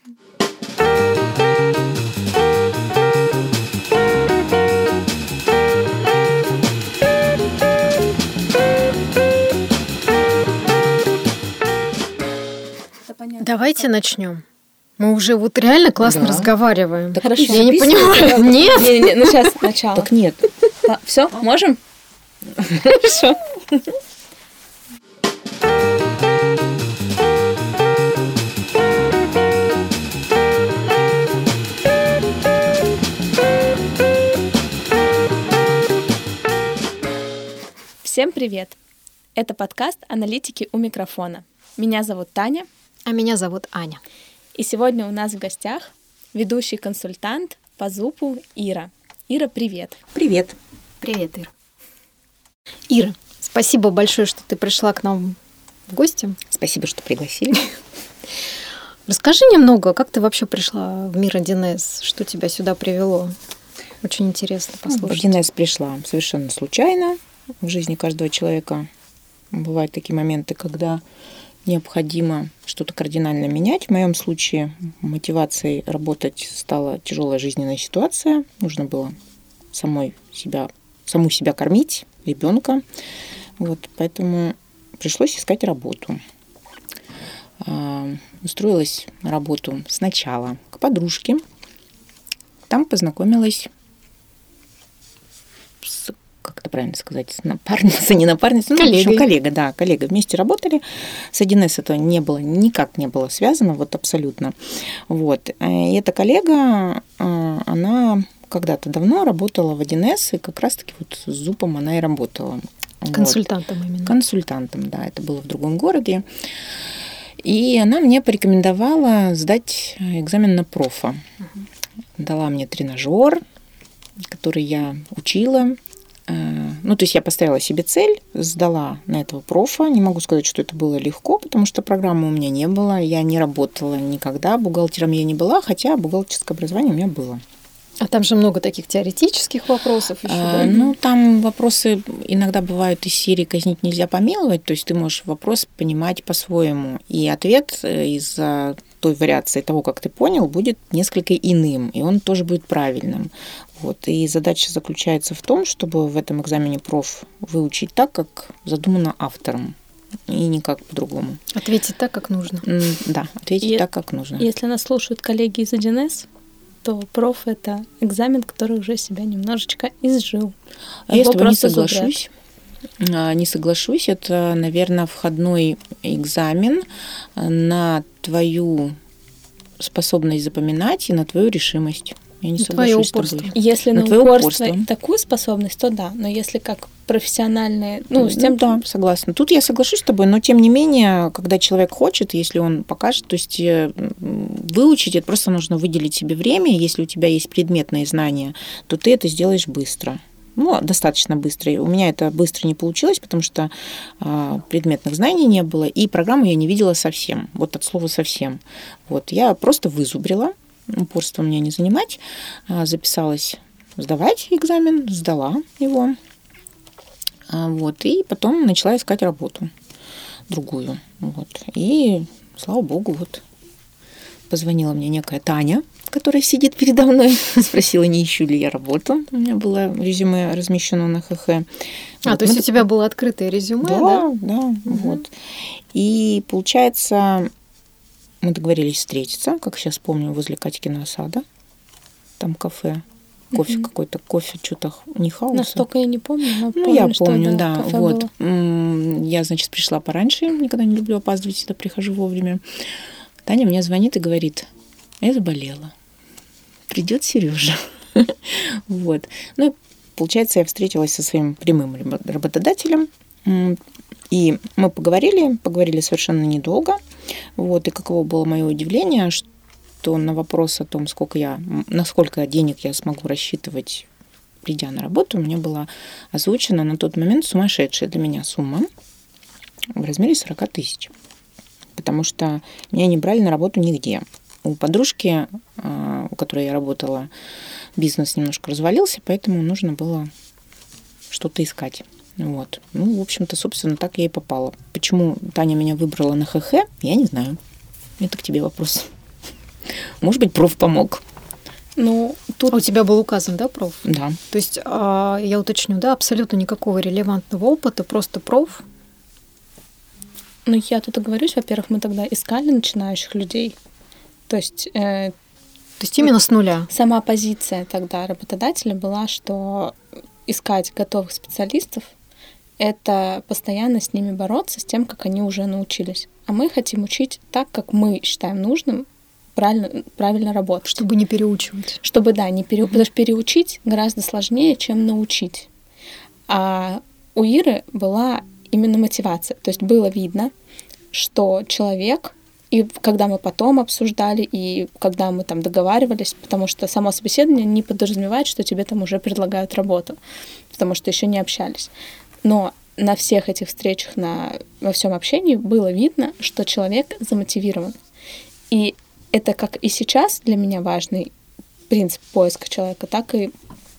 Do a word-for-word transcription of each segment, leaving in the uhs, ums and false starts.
Давайте начнем. Мы уже вот реально классно да. разговариваем. Так хорошо. Я не понимаю. Нет. Не, не, ну сейчас сначала. Так нет. Все, можем? Хорошо. Всем привет! Это подкаст «Аналитики у микрофона». Меня зовут Таня. А меня зовут Аня. И сегодня у нас в гостях ведущий консультант по зупу Ира. Ира, привет. Привет. Привет, Ира. Ира, спасибо большое, что ты пришла к нам в гости. Спасибо, что пригласили. Расскажи немного, как ты вообще пришла в мир один эс? Что тебя сюда привело? Очень интересно послушать. В один эс пришла совершенно случайно. В жизни каждого человека бывают такие моменты, когда необходимо что-то кардинально менять. В моем случае мотивацией работать стала тяжелая жизненная ситуация. Нужно было самой себя, саму себя кормить, ребенка. Вот, поэтому пришлось искать работу. Устроилась на работу сначала к подружке. Там познакомилась с, как это правильно сказать, с напарницей, не напарницей, ну, в общем, коллега, да, коллега. Вместе работали. С один эс это не было, никак не было связано, вот абсолютно. Вот. И эта коллега, она когда-то давно работала в один эс, и как раз-таки вот с зупом она и работала. Консультантом вот. именно. Консультантом, да, это было в другом городе. И она мне порекомендовала сдать экзамен на профа. Угу. Дала мне тренажер, который я учила. Ну, то есть я поставила себе цель, сдала на этого профа. Не могу сказать, что это было легко, потому что программы у меня не было. Я не работала никогда, бухгалтером я не была, хотя бухгалтерское образование у меня было. А там же много таких теоретических вопросов еще, а, да? Ну, там вопросы иногда бывают из серии «казнить нельзя помиловать», то есть ты можешь вопрос понимать по-своему, и ответ из-за той вариации того, как ты понял, будет несколько иным, и он тоже будет правильным. Вот. И задача заключается в том, чтобы в этом экзамене проф выучить так, как задумано автором, и никак по-другому. Ответить так, как нужно. Да, ответить и так, как нужно. Если нас слушают коллеги из один эс, то проф — это экзамен, который уже себя немножечко изжил. А я с тобой не соглашусь. Не соглашусь. Это, наверное, входной экзамен на твою способность запоминать и на твою решимость. Я не соглашусь с тобой. Если на, на упорство, упорство такую способность, то да. Но если как профессиональные... Ну, с тем... ну да, согласна. Тут я соглашусь с тобой, но тем не менее, когда человек хочет, если он покажет, то есть выучить, это просто нужно выделить себе время. Если у тебя есть предметные знания, то ты это сделаешь быстро. Ну, достаточно быстро. У меня это быстро не получилось, потому что а, предметных знаний не было, и программу я не видела совсем. Вот от слова совсем. Вот. Я просто вызубрила. Упорство мне не занимать. Записалась сдавать экзамен, сдала его. Вот. И потом начала искать работу другую. Вот. И, слава богу, вот позвонила мне некая Таня, которая сидит передо мной, спросила, не ищу ли я работу. У меня было резюме размещено на ХХ. А, вот. То есть Мы... у тебя было открытое резюме, да? Да, да. Угу. Вот. И получается... Мы договорились встретиться, как сейчас помню, возле Катькиного сада. Там кафе, кофе mm-hmm. какой-то, кофе, что-то не хаоса. Настолько я не помню, но ну, помню, я что помню, да, да. Кафе Вот. Было. Я, значит, пришла пораньше, никогда не люблю опаздывать, всегда прихожу вовремя. Таня мне звонит и говорит, я заболела, придет Сережа. Вот. Ну, и, получается, я встретилась со своим прямым работодателем. И мы поговорили, поговорили совершенно недолго. Вот, и каково было мое удивление, что на вопрос о том, сколько я, насколько денег я смогу рассчитывать, придя на работу, мне была озвучена на тот момент сумасшедшая для меня сумма в размере сорок тысяч. Потому что меня не брали на работу нигде. У подружки, у которой я работала, бизнес немножко развалился, поэтому нужно было что-то искать. Вот. Ну, в общем-то, собственно, так я и попала. Почему Таня меня выбрала на ХХ, я не знаю. Это к тебе вопрос. Может быть, проф помог. Ну, тут... А у тебя был указан, да, проф? Да. То есть, я уточню, да, абсолютно никакого релевантного опыта, просто проф? Ну, я тут оговорюсь, во-первых, мы тогда искали начинающих людей. То есть... Э, То есть именно с нуля? Сама позиция тогда работодателя была, что искать готовых специалистов — это постоянно с ними бороться, с тем, как они уже научились. А мы хотим учить так, как мы считаем нужным, правильно, правильно работать. Чтобы не переучивать. Чтобы, да, не переучить. Потому что переучить гораздо сложнее, чем научить. А у Иры была именно мотивация. То есть было видно, что человек, и когда мы потом обсуждали, и когда мы там договаривались, потому что само собеседование не подразумевает, что тебе там уже предлагают работу, потому что еще не общались. Но на всех этих встречах, на, во всем общении было видно, что человек замотивирован. И это как и сейчас для меня важный принцип поиска человека, так и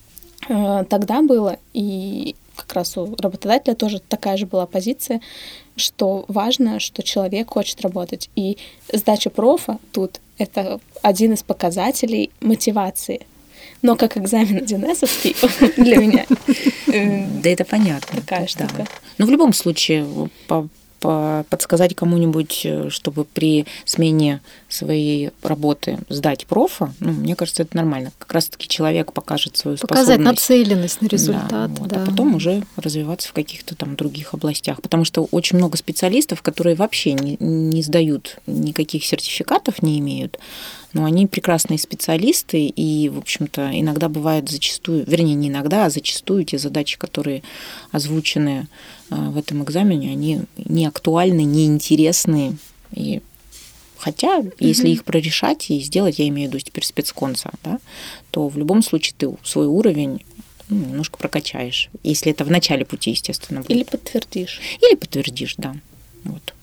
э, тогда было. И как раз у работодателя тоже такая же была позиция, что важно, что человек хочет работать. И сдача профа тут — это один из показателей мотивации. Но как экзамен один эсовский для меня. Да, это понятно. Такая штука. Но в любом случае, по подсказать кому-нибудь, чтобы при смене своей работы сдать профа, ну, мне кажется, это нормально. Как раз-таки человек покажет свою способность. Показать нацеленность на результат. Да, вот, да. А потом уже развиваться в каких-то там других областях. Потому что очень много специалистов, которые вообще не, не сдают, никаких сертификатов не имеют, но они прекрасные специалисты, и, в общем-то, иногда бывает зачастую, вернее, не иногда, а зачастую те задачи, которые озвучены в этом экзамене, они не актуальны, не интересны. И хотя, mm-hmm. если их прорешать и сделать, я имею в виду теперь спецконца, да, то в любом случае ты свой уровень ну, немножко прокачаешь, если это в начале пути, естественно, будет. Или подтвердишь. Или подтвердишь, да. Вот.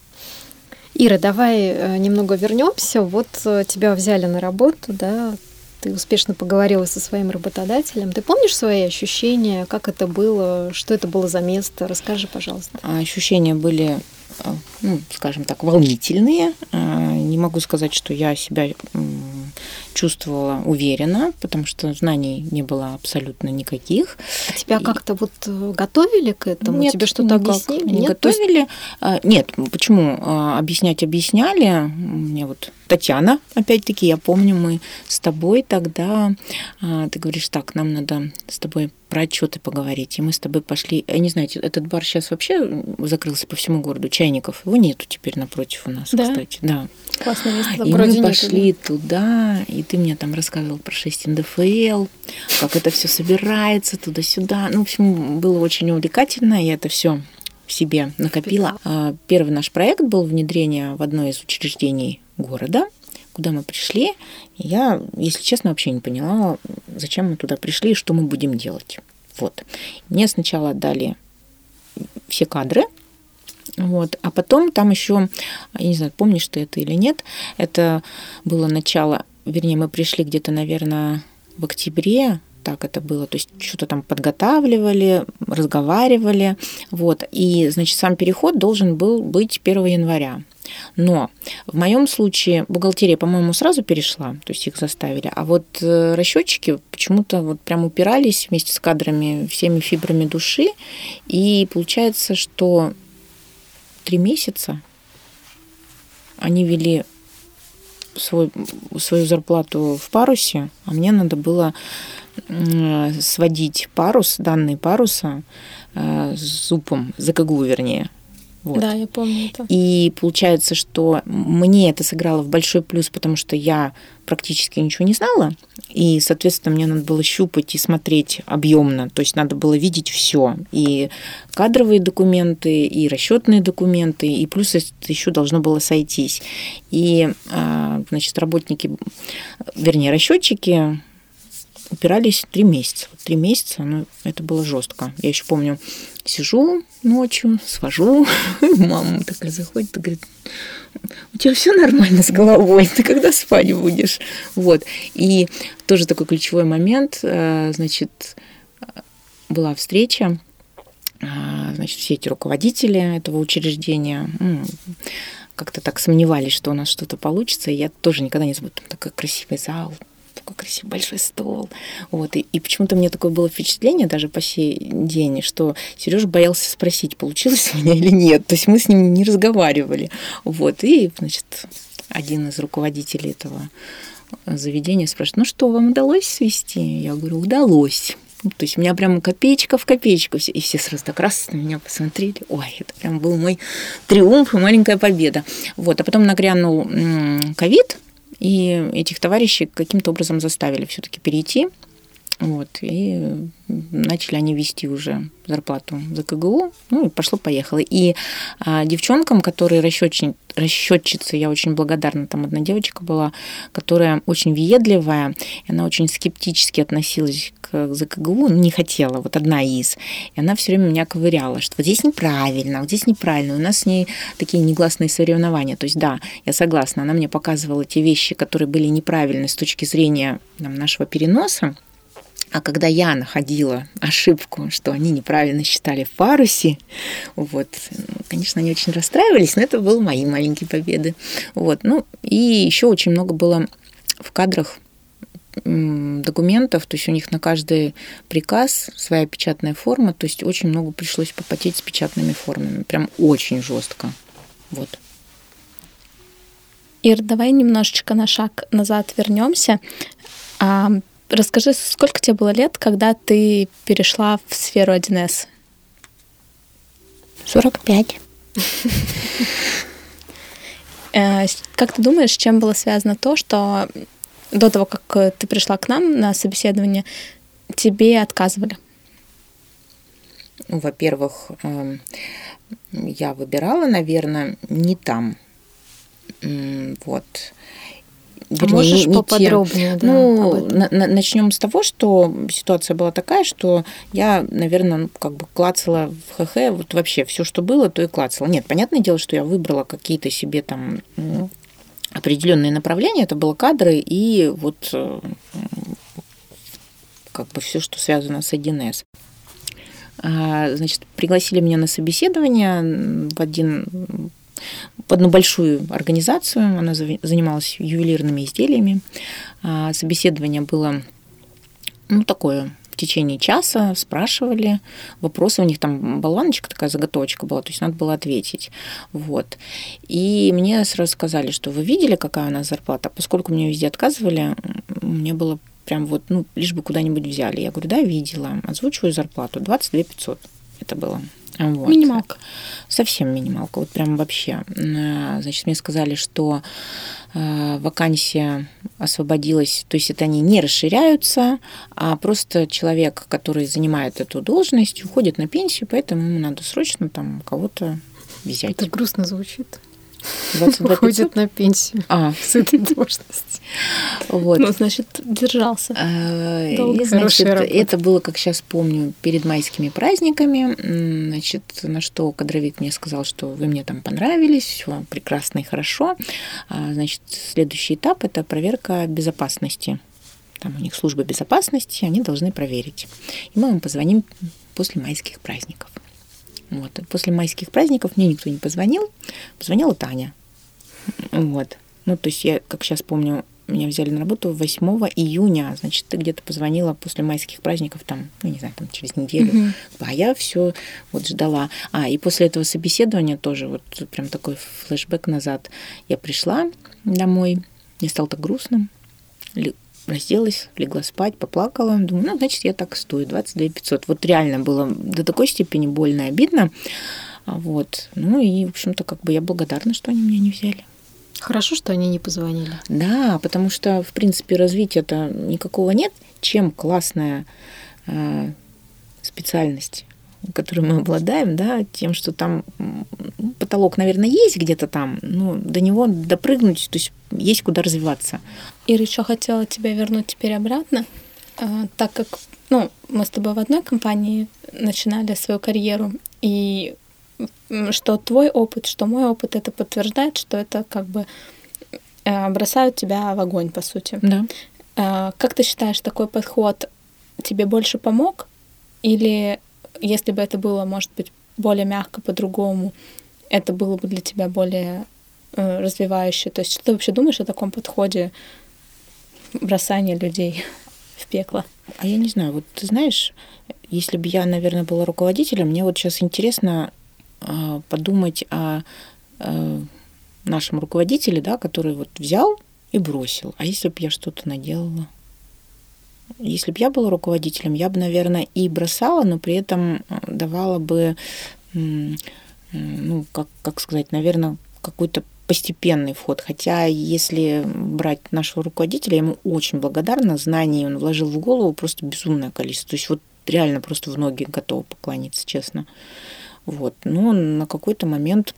Ира, давай немного вернемся. Вот тебя взяли на работу, да, ты успешно поговорила со своим работодателем. Ты помнишь свои ощущения, как это было, что это было за место? Расскажи, пожалуйста. Ощущения были, ну, скажем так, волнительные. Не могу сказать, что я себя чувствовала уверенно, потому что знаний не было абсолютно никаких. А тебя и... как-то вот готовили к этому? Нет, тебе что-то объяснили? Не Нет, готовили. Есть... Нет, почему? Объяснять объясняли. Мне вот Татьяна, опять-таки, я помню, мы с тобой тогда, ты говоришь, так, нам надо с тобой про отчеты поговорить. И мы с тобой пошли. Я не знаю, этот бар сейчас вообще закрылся по всему городу, Чайников. Его нету теперь напротив у нас, да? Кстати. Да. Классное место. И мы пошли нет, туда, и ты мне там рассказывал про шесть эн дэ эф эл, как это все собирается туда-сюда. Ну, в общем, было очень увлекательно, я это все в себе накопила. Первый наш проект был внедрение в одно из учреждений города, куда мы пришли. И я, если честно, вообще не поняла, зачем мы туда пришли и что мы будем делать. Вот. Мне сначала отдали все кадры, вот, а потом там еще, я не знаю, помнишь ты это или нет, это было начало, вернее, мы пришли где-то, наверное, в октябре, так это было, то есть что-то там подготавливали, разговаривали, вот, и, значит, сам переход должен был быть первого января. Но в моем случае бухгалтерия, по-моему, сразу перешла, то есть их заставили, а вот расчетчики почему-то вот прям упирались вместе с кадрами всеми фибрами души, и получается, что три месяца они вели свой, свою зарплату в парусе, а мне надо было сводить парус, данные паруса с зупом, за КГУ, вернее. Вот. Да, я помню это. И получается, что мне это сыграло в большой плюс, потому что я практически ничего не знала, и, соответственно, мне надо было щупать и смотреть объемно, то есть надо было видеть все, и кадровые документы, и расчетные документы, и плюс это еще должно было сойтись. И, значит, работники, вернее, расчетчики упирались три месяца. Три месяца, ну, это было жестко. Я еще помню, сижу ночью, свожу, мама такая заходит и говорит: у тебя все нормально с головой, ты когда спать будешь? Вот. И тоже такой ключевой момент, значит, была встреча, значит, все эти руководители этого учреждения, как-то так сомневались, что у нас что-то получится. И я тоже никогда не забуду, там такой красивый зал, такой красивый большой стол. Вот. И, и почему-то мне такое было впечатление даже по сей день, что Сережа боялся спросить, получилось у меня или нет. То есть мы с ним не разговаривали. Вот. И, значит, один из руководителей этого заведения спрашивает: ну что, вам удалось свести? Я говорю: удалось. То есть у меня прям копеечка в копеечку. И все сразу так раз на меня посмотрели. Ой, это прям был мой триумф и маленькая победа. Вот. А потом нагрянул ковид, и этих товарищей каким-то образом заставили все-таки перейти. Вот. И начали они вести уже зарплату за ка гэ у. Ну и пошло-поехало. И а, девчонкам, которые расчетчи... расчетчицы, я очень благодарна. Там одна девочка была, которая очень въедливая. И она очень скептически относилась к за ка гэ у, не хотела. Вот одна из. И она все время меня ковыряла, что вот здесь неправильно, вот здесь неправильно. У нас с ней такие негласные соревнования. То есть да, я согласна. Она мне показывала те вещи, которые были неправильны с точки зрения там, нашего переноса. А когда я находила ошибку, что они неправильно считали в парусе, вот, конечно, они очень расстраивались, но это были мои маленькие победы. Вот. Ну, и еще очень много было в кадрах документов, то есть у них на каждый приказ своя печатная форма, то есть очень много пришлось попотеть с печатными формами, прям очень жестко. Вот. Ир, давай немножечко на шаг назад вернемся. Расскажи, сколько тебе было лет, когда ты перешла в сферу один эс? сорок пять. Как ты думаешь, с чем было связано то, что до того, как ты пришла к нам на собеседование, тебе отказывали? Во-первых, я выбирала, наверное, не там. Вот. А вернее, можешь не, не поподробнее? Да, ну, на, на, начнем с того, что ситуация была такая, что я, наверное, как бы клацала в ха ха, вот вообще все, что было, то и клацала. Нет, понятное дело, что я выбрала какие-то себе там определенные направления, это было кадры и вот как бы все, что связано с один эс. Значит, пригласили меня на собеседование в один в одну большую организацию, она занималась ювелирными изделиями. Собеседование было, ну, такое, в течение часа, спрашивали вопросы, у них там болваночка, такая заготовочка была, то есть надо было ответить. Вот. И мне сразу сказали, что вы видели, какая у нас зарплата? Поскольку мне везде отказывали, мне было прям вот, ну, лишь бы куда-нибудь взяли. Я говорю: да, видела, озвучиваю зарплату, двадцать две тысячи пятьсот это было. Вот. Минималка. Совсем минималка, вот прям вообще. Значит, мне сказали, что вакансия освободилась, то есть это они не расширяются, а просто человек, который занимает эту должность, уходит на пенсию, поэтому ему надо срочно там кого-то взять. Это грустно звучит. Уходит на пенсию а. с этой должности. Вот. Ну, значит, держался. Долго. И, значит, это было, как сейчас помню, перед майскими праздниками. Значит, на что кадровик мне сказал, что вы мне там понравились, все прекрасно и хорошо. Значит, следующий этап – это проверка безопасности. Там у них служба безопасности, они должны проверить. И мы вам позвоним после майских праздников. Вот. После майских праздников мне никто не позвонил, позвонила Таня. Вот. Ну, то есть я, как сейчас помню, меня взяли на работу восьмого июня, значит, ты где-то позвонила после майских праздников, там, ну, не знаю, там, через неделю. Mm-hmm. А я все вот ждала. А, и после этого собеседования тоже вот прям такой флешбэк назад. Я пришла домой, мне стало так грустно, разделась, легла спать, поплакала. Думаю, ну, значит, я так и стою, двадцать две тысячи пятьсот. Вот реально было до такой степени больно и обидно. Вот. Ну, и, в общем-то, как бы я благодарна, что они меня не взяли. Хорошо, что они не позвонили. Да, потому что, в принципе, развития-то никакого нет. Чем классная э, специальность, которой мы обладаем, да, тем, что там потолок, наверное, есть где-то там, но до него допрыгнуть, то есть есть куда развиваться. Ира, еще хотела тебя вернуть теперь обратно, так как, ну, мы с тобой в одной компании начинали свою карьеру, и что твой опыт, что мой опыт, это подтверждает, что это как бы бросают тебя в огонь, по сути. Да. Как ты считаешь, такой подход тебе больше помог? Или если бы это было, может быть, более мягко, по-другому, это было бы для тебя более э, развивающее. То есть что ты вообще думаешь о таком подходе бросания людей в пекло? А я не знаю, вот ты знаешь, если бы я, наверное, была руководителем, мне вот сейчас интересно э, подумать о э, нашем руководителе, да, который вот взял и бросил. А если бы я что-то наделала? Если бы я была руководителем, я бы, наверное, и бросала, но при этом давала бы, ну, как, как сказать, наверное, какой-то постепенный вход. Хотя, если брать нашего руководителя, я ему очень благодарна. Знаний он вложил в голову просто безумное количество. То есть вот реально просто в ноги готова поклониться, честно. Вот. Но на какой-то момент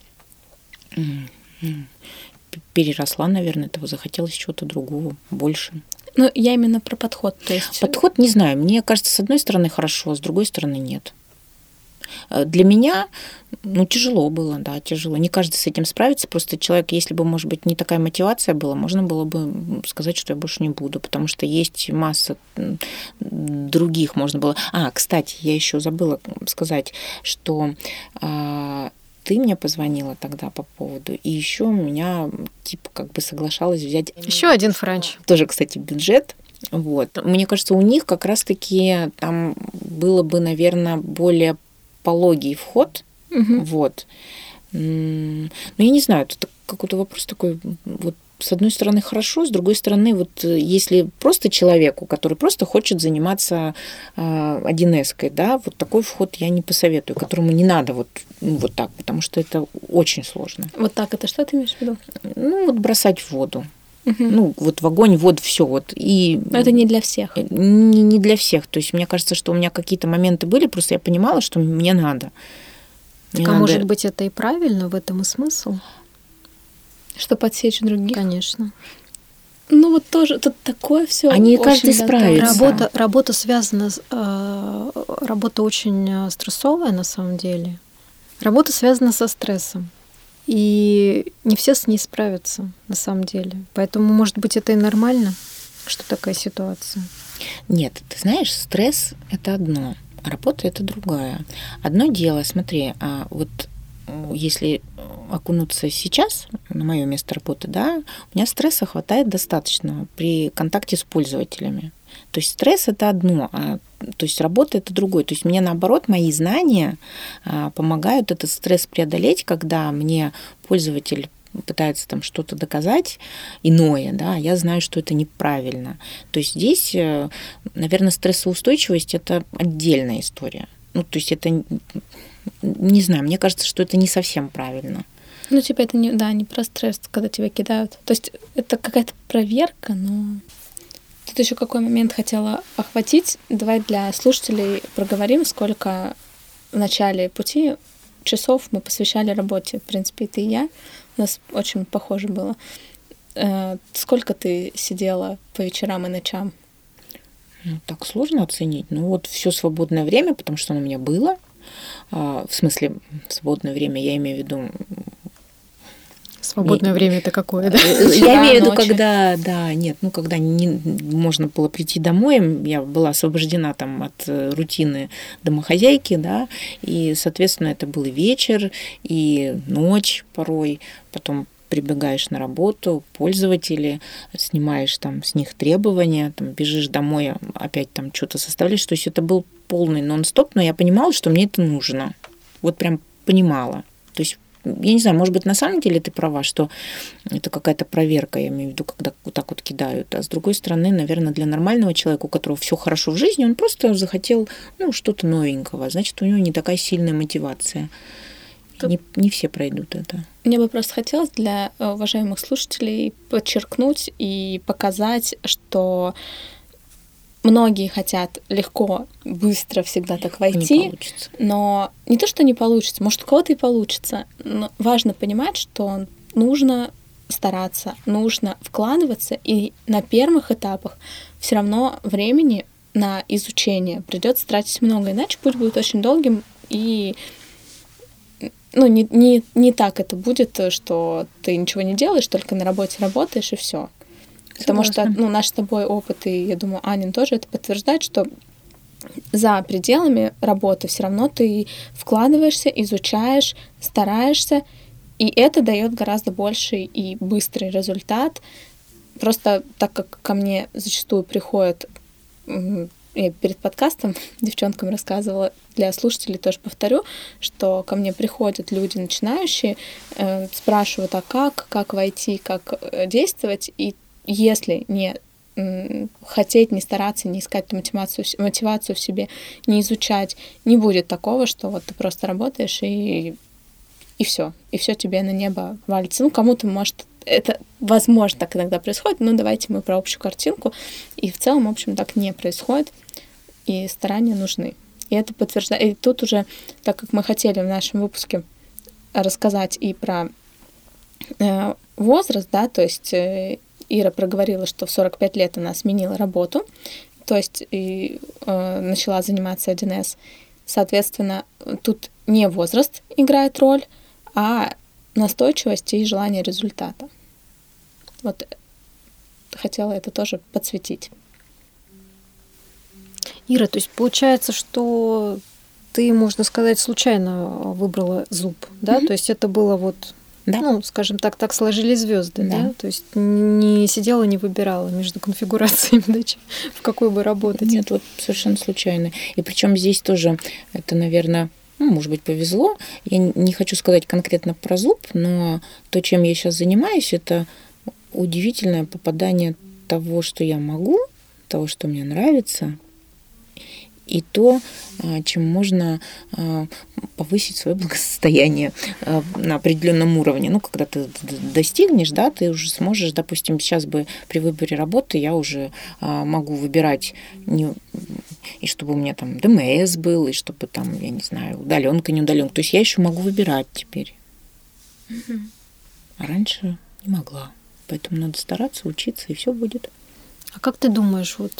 переросла, наверное, этого, захотелось чего-то другого, больше. Ну, я именно про подход. То есть... Подход, не знаю, мне кажется, с одной стороны хорошо, а с другой стороны нет. Для меня, ну, тяжело было, да, тяжело. Не каждый с этим справится. Просто человек, если бы, может быть, не такая мотивация была, можно было бы сказать, что я больше не буду, потому что есть масса других, можно было... А, кстати, я еще забыла сказать, что а, ты мне позвонила тогда по поводу, и еще меня, типа, как бы соглашалась взять... Еще один франч. Тоже, кстати, бюджет. Вот. Мне кажется, у них как раз-таки там было бы, наверное, более пологий вход. Угу. Вот. Но я не знаю, это какой-то вопрос такой, вот с одной стороны хорошо, с другой стороны, вот если просто человеку, который просто хочет заниматься один эс-кой, да, вот такой вход я не посоветую, которому не надо вот, ну, вот так, потому что это очень сложно. Вот так, это что ты имеешь в виду? Ну, вот бросать в воду. Угу. Ну, вот в огонь, вот все вот. И но это не для всех. Не, не для всех. То есть мне кажется, что у меня какие-то моменты были, просто я понимала, что мне надо. Мне так, надо... а может быть, это и правильно, в этом и смысл? Что подсечь других? Конечно. Ну вот тоже тут такое все. А не каждый справится. Работа, работа связана, с, э, работа очень стрессовая на самом деле. Работа связана со стрессом. И не все с ней справятся, на самом деле. Поэтому, может быть, это и нормально, что такая ситуация. Нет, ты знаешь, стресс – это одно, а работа – это другая. Одно дело, смотри, вот если окунуться сейчас на мое место работы, да, у меня стресса хватает достаточно при контакте с пользователями. То есть стресс – это одно, а то есть работа – это другое. То есть мне, наоборот, мои знания помогают этот стресс преодолеть, когда мне пользователь пытается там что-то доказать иное, да, я знаю, что это неправильно. То есть здесь, наверное, стрессоустойчивость – это отдельная история. Ну, то есть это, не знаю, мне кажется, что это не совсем правильно. Ну, типа это не, да, не про стресс, когда тебя кидают. То есть это какая-то проверка, но... Тут еще какой момент хотела охватить. Давай для слушателей проговорим, сколько в начале пути часов мы посвящали работе. В принципе, ты и я. У нас очень похоже было. Сколько ты сидела по вечерам и ночам? Ну, так сложно оценить. Ну, вот все свободное время, потому что оно у меня было. В смысле, свободное время, я имею в виду... Свободное нет. время это какое, да? Я имею в виду, когда, да, нет, ну, когда не можно было прийти домой, я была освобождена там от рутины домохозяйки, да, и, соответственно, это был и вечер, и ночь порой, потом прибегаешь на работу, пользователи, снимаешь там с них требования, там бежишь домой, опять там что-то составляешь, то есть это был полный нон-стоп, но я понимала, что мне это нужно, вот прям понимала, то есть я не знаю, может быть, на самом деле ты права, что это какая-то проверка, я имею в виду, когда вот так вот кидают. А с другой стороны, наверное, для нормального человека, у которого все хорошо в жизни, он просто захотел, ну, что-то новенького. Значит, у него не такая сильная мотивация. Тут... Не, не все пройдут это. Мне бы просто хотелось для уважаемых слушателей подчеркнуть и показать, что многие хотят легко, быстро всегда так войти, не но не то, что не получится, может, у кого-то и получится, но важно понимать, что нужно стараться, нужно вкладываться, и на первых этапах все равно времени на изучение придется тратить много, иначе путь будет очень долгим, и ну, не, не, не так это будет, что ты ничего не делаешь, только на работе работаешь, и все. Потому Согласна. Что ну, наш с тобой опыт, и я думаю, Анин тоже это подтверждает, что за пределами работы все равно ты вкладываешься, изучаешь, стараешься, И это дает гораздо больший и быстрый результат. Просто так как ко мне зачастую приходят, я перед подкастом девчонкам рассказывала, для слушателей тоже повторю, что ко мне приходят люди начинающие, э, спрашивают, а как, как войти, как действовать, и если не э, хотеть, не стараться, не искать мотивацию, мотивацию в себе, не изучать, не будет такого, что вот ты просто работаешь и и все, и все тебе на небо валится. Ну, кому-то, может, это, возможно, так иногда происходит, но давайте мы про общую картинку. И в целом, в общем, так не происходит, и старания нужны. И это подтверждает. И тут уже, так как мы хотели в нашем выпуске рассказать и про э, возраст, да, то есть э, Ира проговорила, что в сорок пять лет она сменила работу, то есть и э, начала заниматься один эс. Соответственно, тут не возраст играет роль, а настойчивость и желание результата. Вот хотела это тоже подсветить. Ира, то есть получается, что ты, можно сказать, случайно выбрала зуб, да? Mm-hmm. То есть это было вот, да. ну, скажем так, так сложились звезды, да. да? То есть не сидела, не выбирала между конфигурациями, да, в какой бы работать. Нет, вот совершенно случайно. И причем здесь тоже это, наверное, ну, может быть, повезло. Я не хочу сказать конкретно про зуб, но то, чем я сейчас занимаюсь, это удивительное попадание того, что я могу, того, что мне нравится, и то, чем можно повысить свое благосостояние на определенном уровне. Ну, когда ты достигнешь, да, ты уже сможешь, допустим, сейчас бы при выборе работы я уже могу выбирать, не, и чтобы у меня там ДМС был, и чтобы там, я не знаю, удаленка, не удаленка. То есть я еще могу выбирать теперь. Mm-hmm. А раньше не могла. Поэтому надо стараться, учиться, и все будет. А как ты думаешь, вот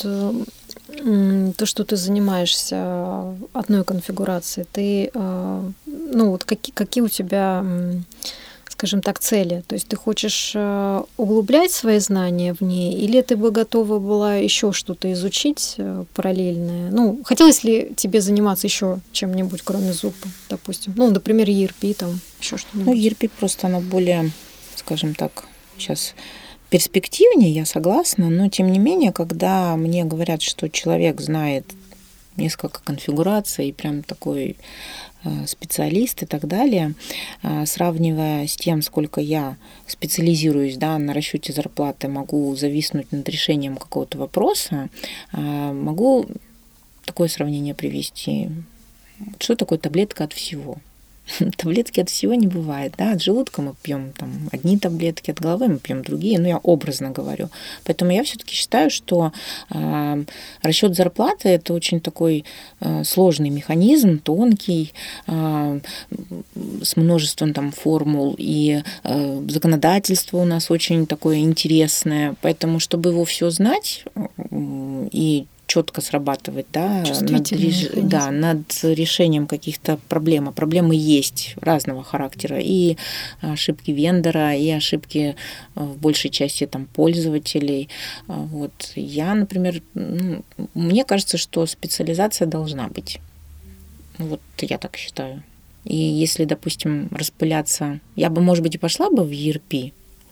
то, что ты занимаешься одной конфигурацией, ты, ну вот какие, какие у тебя, скажем так, цели? То есть ты хочешь углублять свои знания в ней, или ты бы готова была еще что-то изучить параллельное? Ну, хотелось ли тебе заниматься еще чем-нибудь, кроме зуба, допустим? Ну, например, и эр пи, там, еще что-нибудь. Ну, и эр пи просто оно более, скажем так, сейчас перспективнее, я согласна, но тем не менее, когда мне говорят, что человек знает несколько конфигураций, прям такой э, специалист и так далее, э, сравнивая с тем, сколько я специализируюсь, да, на расчете зарплаты, могу зависнуть над решением какого-то вопроса, э, могу такое сравнение привести. Что такое таблетка от всего? Таблетки от всего не бывает, да, от желудка мы пьем там одни таблетки, от головы мы пьем другие, ну я образно говорю. Поэтому я все-таки считаю, что э, расчет зарплаты это очень такой э, сложный механизм, тонкий, э, с множеством там формул, и э, законодательство у нас очень такое интересное, поэтому чтобы его все знать э, и четко срабатывать, да, над, реш... да, над решением каких-то проблем. А проблемы есть разного характера. И ошибки вендора, и ошибки в большей части там, пользователей. Вот. Я, например, ну, мне кажется, что специализация должна быть. Вот я так считаю. И если, допустим, распыляться... Я бы, может быть, и пошла бы в и эр пи,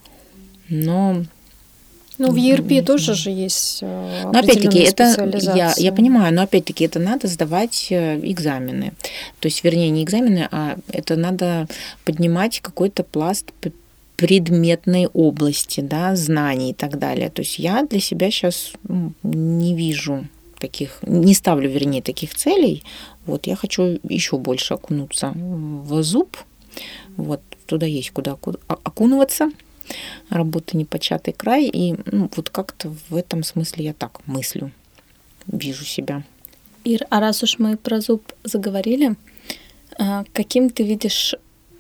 но... Ну, в и эр пи тоже же есть но опять-таки это я, я понимаю, но опять-таки это надо сдавать экзамены. То есть, вернее, не экзамены, а это надо поднимать какой-то пласт предметной области, да, знаний и так далее. То есть я для себя сейчас ну, не вижу таких, не ставлю, вернее, таких целей. Вот я хочу еще больше окунуться в зуб. Вот туда есть куда окунываться. Работа непочатый край, и ну, вот как-то в этом смысле я так мыслю, вижу себя. Ир, а раз уж мы про зуб заговорили, каким ты видишь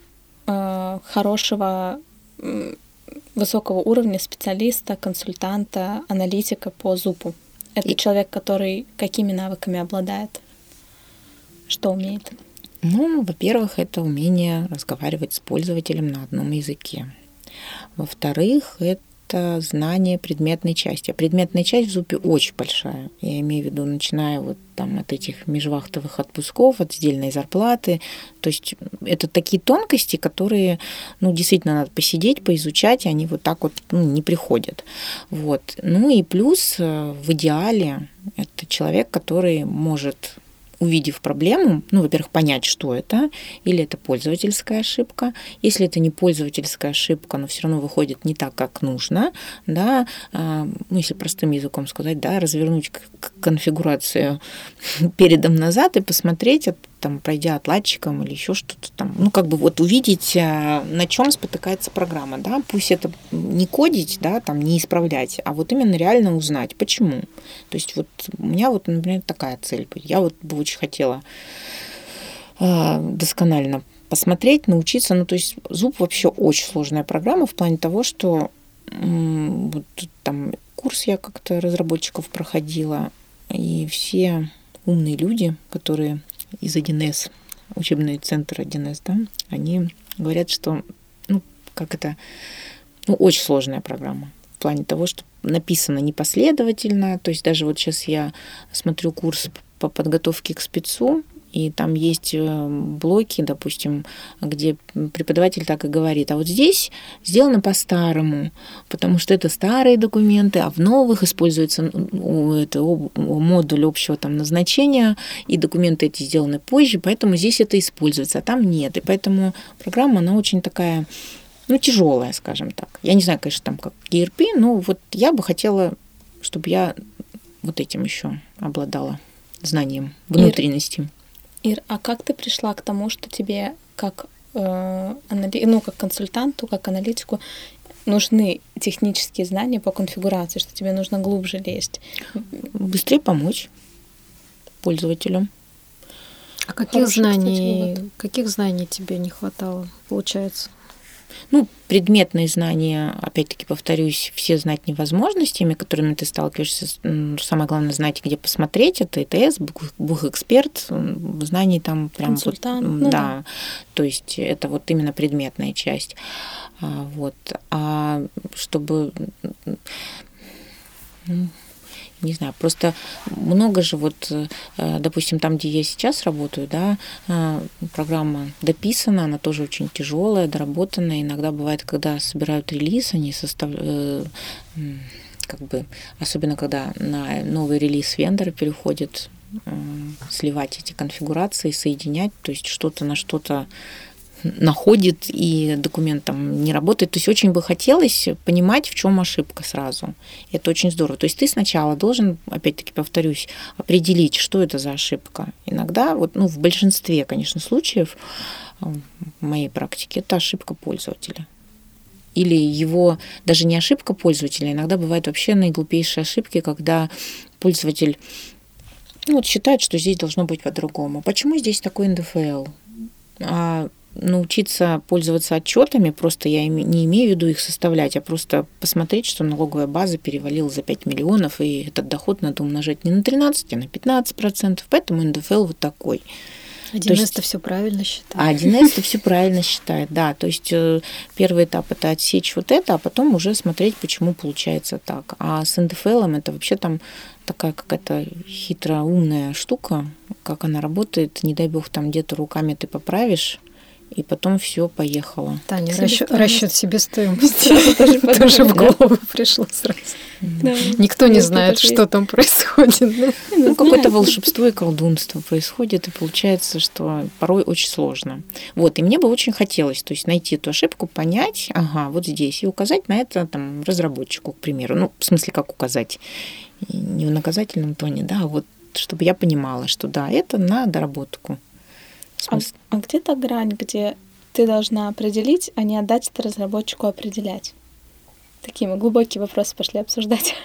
хорошего, высокого уровня специалиста, консультанта, аналитика по зубу? Это и... человек, который какими навыками обладает? Что умеет? Ну, во-первых, это умение разговаривать с пользователем на одном языке. Во-вторых, это это знание предметной части. А предметная часть в зупе очень большая. Я имею в виду, начиная вот там от этих межвахтовых отпусков, от сдельной зарплаты. То есть это такие тонкости, которые, ну, действительно надо посидеть, поизучать, и они вот так вот, ну, не приходят. Вот. Ну и плюс в идеале это человек, который может, увидев проблему, ну, во-первых, понять, что это, или это пользовательская ошибка. Если это не пользовательская ошибка, но все равно выходит не так, как нужно, да, ну, если простым языком сказать, да, развернуть конфигурацию передом назад и посмотреть, там, пройдя отладчиком или еще что-то там, ну, как бы вот увидеть, на чем спотыкается программа, да, пусть это не кодить, да, там, не исправлять, а вот именно реально узнать, почему. То есть вот у меня вот, например, такая цель. Я вот бы очень хотела досконально посмотреть, научиться, ну, то есть зуб вообще очень сложная программа в плане того, что вот там курс я как-то разработчиков проходила, и все умные люди, которые из один эс, учебный центр один эс, да, они говорят, что, ну, как это, ну, очень сложная программа в плане того, что написано непоследовательно, то есть даже вот сейчас я смотрю курс по подготовке к спецу, и там есть блоки, допустим, где преподаватель так и говорит, а вот здесь сделано по-старому, потому что это старые документы, а в новых используется это модуль общего там назначения, и документы эти сделаны позже, поэтому здесь это используется, а там нет. И поэтому программа, она очень такая, ну, тяжелая, скажем так. Я не знаю, конечно, там как и эр пи, но вот я бы хотела, чтобы я вот этим еще обладала знанием внутренности. Ир, а как ты пришла к тому, что тебе как, э, анали... ну, как консультанту, как аналитику нужны технические знания по конфигурации, что тебе нужно глубже лезть? Быстрее помочь пользователю. А каких знаний, каких знаний тебе не хватало, получается? Ну, предметные знания, опять-таки, повторюсь, все знать невозможно с теми, которыми ты сталкиваешься. Самое главное, знать, где посмотреть. Это и тэ эс, Бухэксперт, знаний там прям... Консультант. Вот, ну, да, да. То есть это вот именно предметная часть. Вот. А чтобы... Не знаю, просто много же вот, допустим, там, где я сейчас работаю, да, программа дописана, она тоже очень тяжелая, доработанная. Иногда бывает, когда собирают релиз, они составляют, как бы, особенно когда на новый релиз вендоры переходят, сливать эти конфигурации, соединять, то есть что-то на что-то находит, и документ там не работает. То есть очень бы хотелось понимать, в чем ошибка сразу. Это очень здорово. То есть ты сначала должен, опять-таки повторюсь, определить, что это за ошибка. Иногда, вот, ну, в большинстве, конечно, случаев в моей практике это ошибка пользователя. Или его, даже не ошибка пользователя, иногда бывают вообще наиглупейшие ошибки, когда пользователь, ну, вот считает, что здесь должно быть по-другому. Почему здесь такой эн дэ эф эл? А научиться пользоваться отчетами, просто я не имею в виду их составлять, а просто посмотреть, что налоговая база перевалила за пять миллионов, и этот доход надо умножать не на тринадцать, а на пятнадцать процентов, поэтому эн дэ эф эл вот такой. один эс-то все правильно считает. А один эс-то все правильно считает, да. То есть первый этап – это отсечь вот это, а потом уже смотреть, почему получается так. А с эн дэ эф эл это вообще там такая какая-то хитроумная штука, как она работает. Не дай бог, там где-то руками ты поправишь, и потом все поехало. Таня, расчет, расчет себестоимости тоже в голову пришло сразу. Никто не знает, что там происходит. Ну, какое-то волшебство и колдунство происходит, и получается, что порой очень сложно. Вот, и мне бы очень хотелось, то есть найти эту ошибку, понять, ага, вот здесь, и указать на это там разработчику, к примеру. Ну, в смысле, как указать? Не в наказательном тоне, да, а вот чтобы я понимала, что да, это на доработку. А, а где та грань, где ты должна определить, а не отдать это разработчику определять? Такие мы глубокие вопросы пошли обсуждать.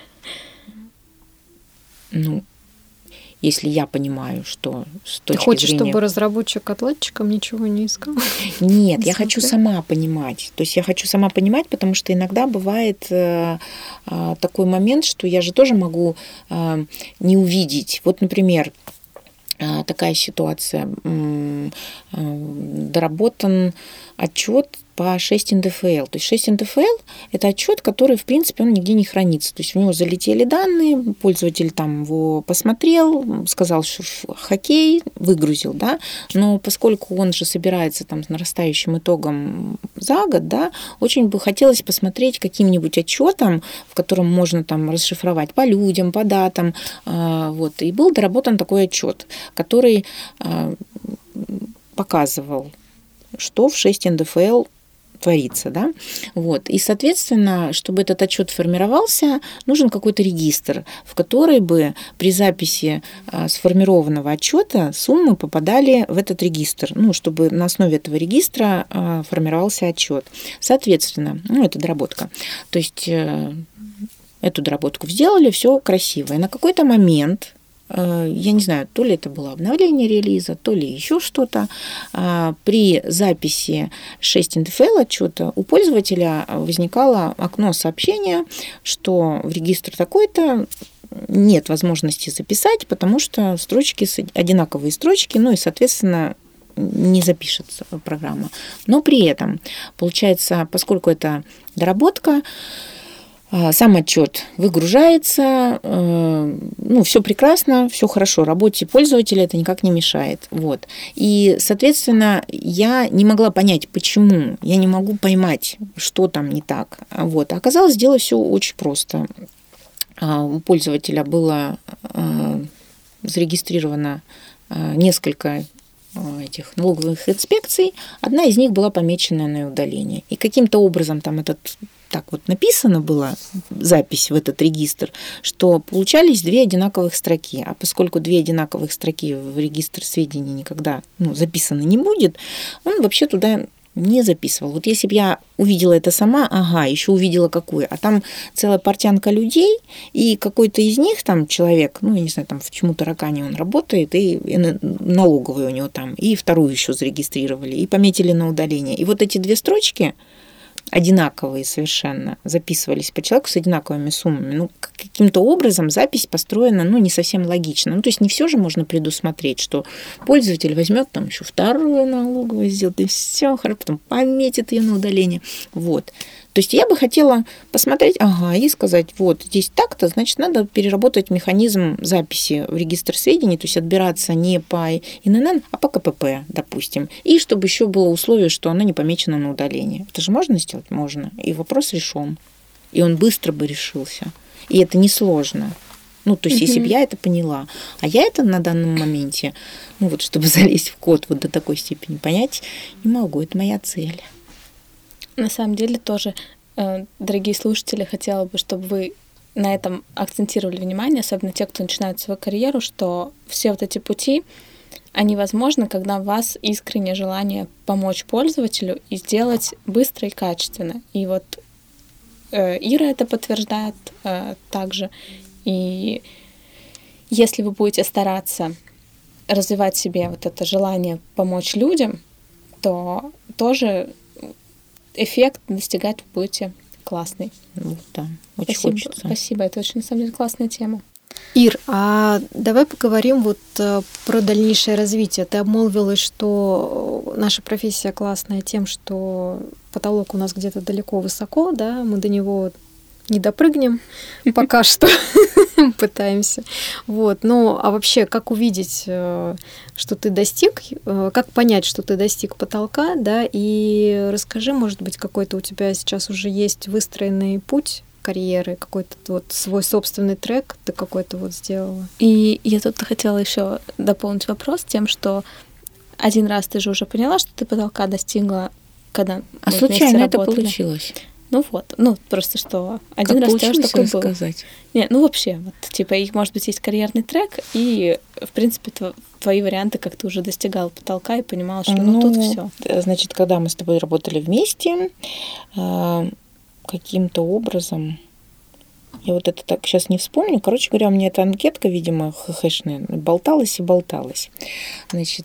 Ну, если я понимаю, что с точки Ты хочешь, зрения... чтобы разработчик отладчиком ничего не искал? Нет, я хочу сама понимать. То есть я хочу сама понимать, потому что иногда бывает э, э, такой момент, что я же тоже могу э, не увидеть. Вот, например, такая ситуация. Доработан отчет по шесть эн дэ эф эл. То есть шесть эн дэ эф эл – это отчет, который, в принципе, он нигде не хранится. То есть в него залетели данные, пользователь там его посмотрел, сказал, что хоккей, выгрузил, да, но поскольку он же собирается там с нарастающим итогом за год, да, очень бы хотелось посмотреть каким-нибудь отчетом, в котором можно там расшифровать по людям, по датам, вот. И был доработан такой отчет, который показывал, что в шесть эн дэ эф эл творится, да, вот, и, соответственно, чтобы этот отчет формировался, нужен какой-то регистр, в который бы при записи сформированного отчета суммы попадали в этот регистр, ну, чтобы на основе этого регистра формировался отчет. Соответственно, ну, это доработка, то есть эту доработку сделали, все красиво, и на какой-то момент, я не знаю, то ли это было обновление релиза, то ли еще что-то, при записи шесть эн дэ эф эл отчета у пользователя возникало окно сообщения, что в регистр такой-то нет возможности записать, потому что строчки, одинаковые строчки, ну и, соответственно, не запишется программа. Но при этом, получается, поскольку это доработка, сам отчет выгружается, ну, все прекрасно, все хорошо, работе пользователя это никак не мешает. Вот. И, соответственно, я не могла понять, почему, я не могу поймать, что там не так. Вот. А оказалось, дело все очень просто. У пользователя было зарегистрировано несколько этих налоговых инспекций, одна из них была помечена на удаление. И каким-то образом там этот так вот написано было, запись в этот регистр, что получались две одинаковых строки. А поскольку две одинаковых строки в регистр сведений никогда, ну, записано не будет, он вообще туда не записывал. Вот если бы я увидела это сама, ага, еще увидела какую, а там целая портянка людей, и какой-то из них там человек, ну, я не знаю, там в чему таракане он работает, и, и налоговый у него там, и вторую еще зарегистрировали, и пометили на удаление. И вот эти две строчки одинаковые совершенно, записывались по человеку с одинаковыми суммами. Ну, каким-то образом запись построена, ну, не совсем логично. Ну, то есть не все же можно предусмотреть, что пользователь возьмет там еще вторую налоговую, сделает, и все, хорошо, потом пометит ее на удаление. Вот. То есть я бы хотела посмотреть, ага, и сказать, вот здесь так-то, значит, надо переработать механизм записи в регистр сведений, то есть отбираться не по эн эн эн, а по ка пэ пэ, допустим. И чтобы еще было условие, что оно не помечено на удаление. Это же можно сделать? Можно. И вопрос решен. И он быстро бы решился. И это несложно. Ну, то есть, если бы я это поняла, а я это на данном моменте, ну, вот чтобы залезть в код вот до такой степени понять, не могу. Это моя цель. На самом деле тоже, дорогие слушатели, хотела бы, чтобы вы на этом акцентировали внимание, особенно те, кто начинает свою карьеру, что все вот эти пути, они возможны, когда у вас искреннее желание помочь пользователю и сделать быстро и качественно. И вот Ира это подтверждает также. И если вы будете стараться развивать в себе вот это желание помочь людям, то тоже эффект достигать вы будете классный. Вот, да, очень спасибо, хочется. Спасибо, это очень, на самом деле, классная тема. Ир, а давай поговорим вот про дальнейшее развитие. Ты обмолвилась, что наша профессия классная тем, что потолок у нас где-то далеко высоко, да, мы до него не допрыгнем пока что, пытаемся. Вот. Ну, а вообще, как увидеть, что ты достиг, как понять, что ты достиг потолка, да, и расскажи, может быть, какой-то у тебя сейчас уже есть выстроенный путь карьеры, какой-то вот свой собственный трек ты какой-то вот сделала. И я тут хотела еще дополнить вопрос тем, что один раз ты же уже поняла, что ты потолка достигла, когда а мы случайно это работали. Получилось? Ну вот, ну просто что один как раз тоже такой был. Рассказать? Нет, ну вообще, вот типа, их, может быть, есть карьерный трек, и, в принципе, тв- твои варианты, как ты уже достигал потолка и понимала, что ну, ну тут все. Значит, когда мы с тобой работали вместе, каким-то образом, я вот это так сейчас не вспомню, короче говоря, у меня эта анкетка, видимо, хэшная, болталась и болталась. Значит,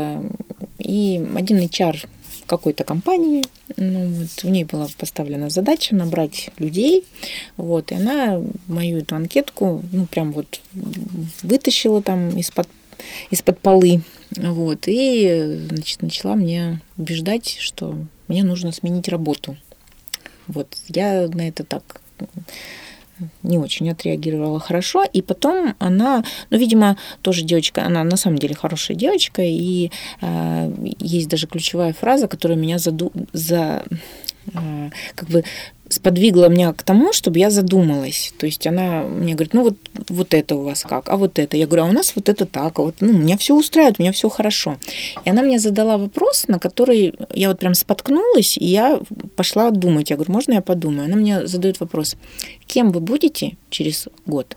и один эйч ар какой-то компании, ну, вот, в ней была поставлена задача набрать людей, вот, и она мою эту анкетку, ну, прям вот вытащила там из-под из-под полы. Вот. И, значит, начала мне убеждать, что мне нужно сменить работу. Вот. Я на это так не очень отреагировала хорошо. И потом она, ну, видимо, тоже девочка, она на самом деле хорошая девочка, и э, есть даже ключевая фраза, которая меня заду... за... э, как бы сподвигла меня к тому, чтобы я задумалась. То есть она мне говорит, ну вот, вот это у вас как, а вот это. Я говорю, а у нас вот это так, а вот, ну, меня все устраивает, у меня все хорошо. И она мне задала вопрос, на который я вот прям споткнулась, и я пошла думать. Я говорю, можно я подумаю? Она мне задает вопрос, кем вы будете через год?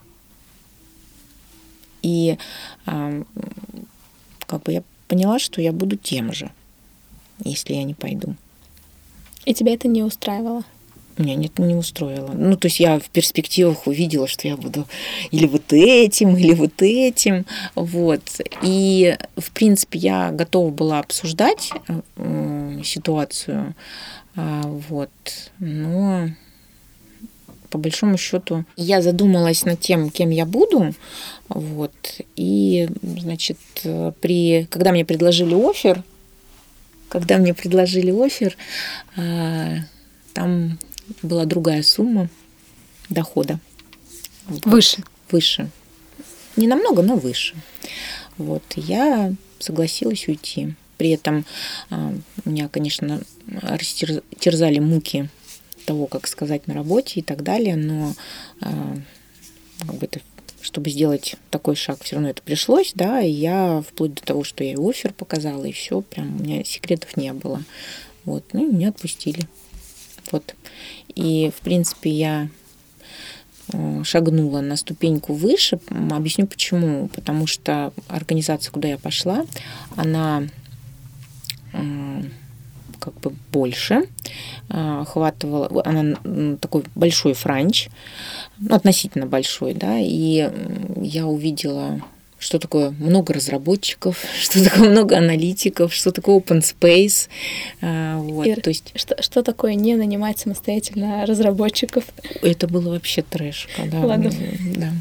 И а, как бы я поняла, что я буду тем же, если я не пойду. И тебя это не устраивало? Меня нет, не устроило. Ну, то есть я в перспективах увидела, что я буду или вот этим, или вот этим. Вот. И, в принципе, я готова была обсуждать э, ситуацию. А, вот. Но по большому счету я задумалась над тем, кем я буду. Вот. И, значит, при... когда мне предложили оффер, когда мне предложили оффер, э, там была другая сумма дохода. Выше. Выше. Не намного, но выше. Вот. Я согласилась уйти. При этом а, меня, конечно, растерзали муки того, как сказать на работе и так далее, но а, как бы это, чтобы сделать такой шаг, все равно это пришлось, да, и я вплоть до того, что я и оффер показала, и все, прям у меня секретов не было. Вот. Ну, и меня отпустили. Вот. И, в принципе, я шагнула на ступеньку выше. Объясню почему. Потому что организация, куда я пошла, она как бы больше, охватывала, она такой большой франч, ну, относительно большой, да, и я увидела, что такое много разработчиков, что такое много аналитиков, что такое open space. Вот, Ир, то есть... что, что такое не нанимать самостоятельно разработчиков? Это было вообще трэшка, да. Ладно. Да.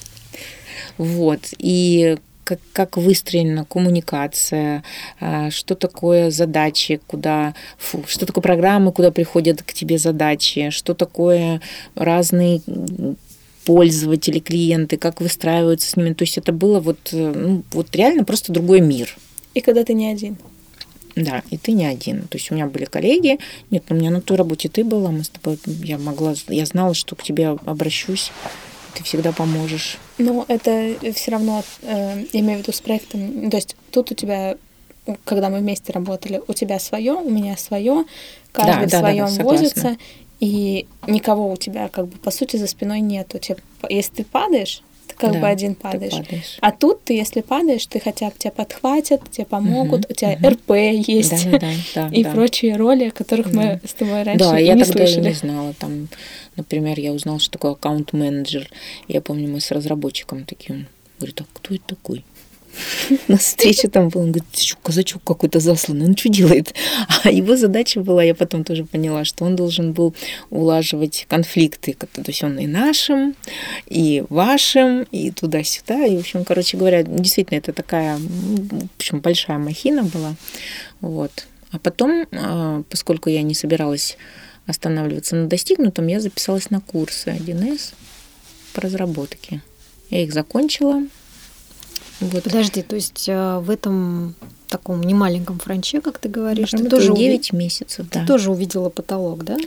Вот, и как, как выстроена коммуникация, что такое задачи, куда, фу, что такое программы, куда приходят к тебе задачи, что такое разные пользователи, клиенты, как выстраиваются с ними. То есть это было вот, ну, вот реально просто другой мир. И когда ты не один. Да, и ты не один. То есть у меня были коллеги. Нет, у меня на той работе ты была, мы с тобой, я могла, я знала, что к тебе обращусь, ты всегда поможешь. Но это все равно, э, я имею в виду с проектом, то есть тут у тебя, когда мы вместе работали, у тебя свое, у меня свое, каждый да, в да, своем да, да, возится. И никого у тебя, как бы, по сути, за спиной нету. Тебе, если ты падаешь, ты как да, бы один падаешь. падаешь. А тут ты, если падаешь, ты хотя бы тебя подхватят, тебе помогут, угу, у тебя угу. эр пэ есть, да, да, да, и да. прочие роли, о которых да. мы с тобой раньше да, не я тогда слышали. и не знала. Там, например, я узнала, что такое аккаунт-менеджер. Я помню, мы с разработчиком таким, говорит, а кто это такой? На встрече там был, он говорит, ты что, казачок какой-то засланный, он что делает? А его задача была, я потом тоже поняла, что он должен был улаживать конфликты, то есть он и нашим, и вашим, и туда-сюда, и, в общем, короче говоря, действительно, это такая, в общем, большая махина была, вот. А потом, поскольку я не собиралась останавливаться на достигнутом, я записалась на курсы один эс по разработке. Я их закончила. Вот. Подожди, то есть в этом таком немаленьком франче, как ты говоришь, ну, ты тоже девять уви... месяцев, ты да. тоже увидела потолок, да?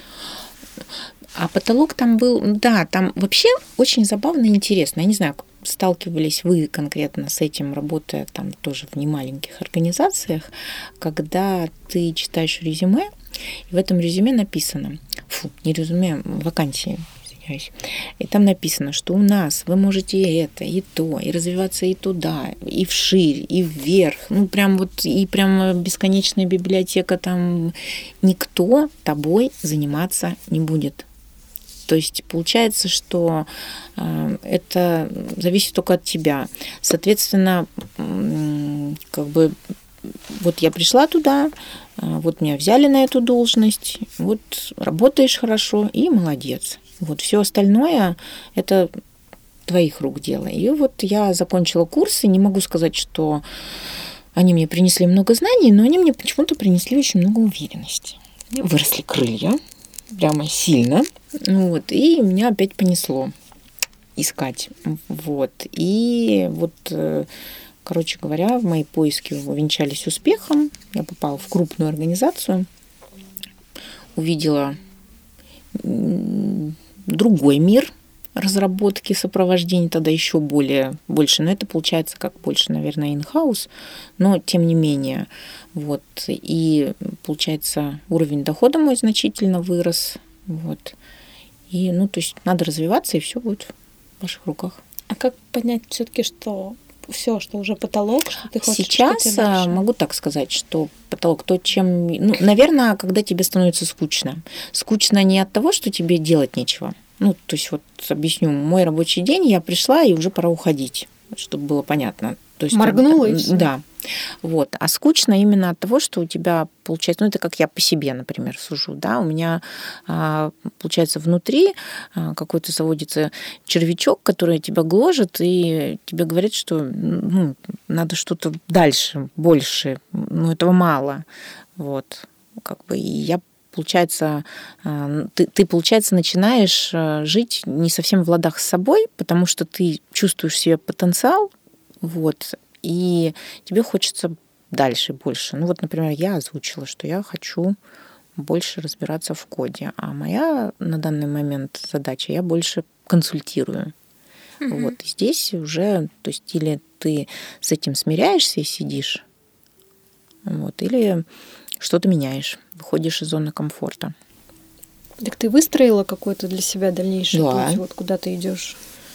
А потолок там был, да, там вообще очень забавно и интересно. Я не знаю, сталкивались вы конкретно с этим, работая там тоже в немаленьких организациях, когда ты читаешь резюме, и в этом резюме написано, фу, не резюме, вакансии, и там написано, что у нас вы можете и это, и то, и развиваться и туда, и вширь, и вверх. Ну, прям вот, и прям бесконечная библиотека, там никто тобой заниматься не будет. То есть получается, что э, это зависит только от тебя. Соответственно, э, как бы вот я пришла туда, э, вот меня взяли на эту должность, вот работаешь хорошо и молодец. Вот все остальное это твоих рук дело. И вот я закончила курсы, не могу сказать, что они мне принесли много знаний, но они мне почему-то принесли очень много уверенности. Выросли крылья, прямо сильно, вот, и меня опять понесло искать, вот, и вот, короче говоря, мои поиски увенчались успехом, я попала в крупную организацию, увидела другой мир разработки, сопровождения, тогда еще более, больше, но это получается как больше, наверное, in-house, но тем не менее, вот, и получается уровень дохода мой значительно вырос, вот, и, ну, то есть надо развиваться, и все будет в ваших руках. А как понять все-таки, что все, что уже потолок, что ты хочешь? Сейчас могу так сказать, что потолок то, чем, ну, наверное, когда тебе становится скучно, скучно не от того, что тебе делать нечего. Ну, то есть вот объясню, мой рабочий день, я пришла, и уже пора уходить, чтобы было понятно. То есть, моргнула и всё. Да. Вот. А скучно именно от того, что у тебя получается, ну, это как я по себе, например, сужу, да, у меня получается внутри какой-то заводится червячок, который тебя гложет, и тебе говорит, что, ну, надо что-то дальше, больше, ну, этого мало. Вот. Как бы, и я Получается, ты, ты, получается, начинаешь жить не совсем в ладах с собой, потому что ты чувствуешь в себе потенциал, вот, и тебе хочется дальше, больше. Ну вот, например, я озвучила, что я хочу больше разбираться в коде, а моя на данный момент задача, я больше консультирую. Mm-hmm. Вот, и здесь уже, то есть, или ты с этим смиряешься и сидишь, вот, или что-то меняешь, выходишь из зоны комфорта. Так ты выстроила какой-то для себя дальнейший да. путь, вот куда ты идешь?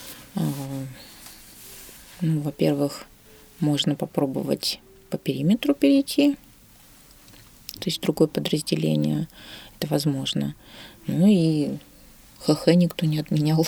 Ну, во-первых, можно попробовать по периметру перейти, то есть другое подразделение, это возможно. Ну и ХХ никто не отменял.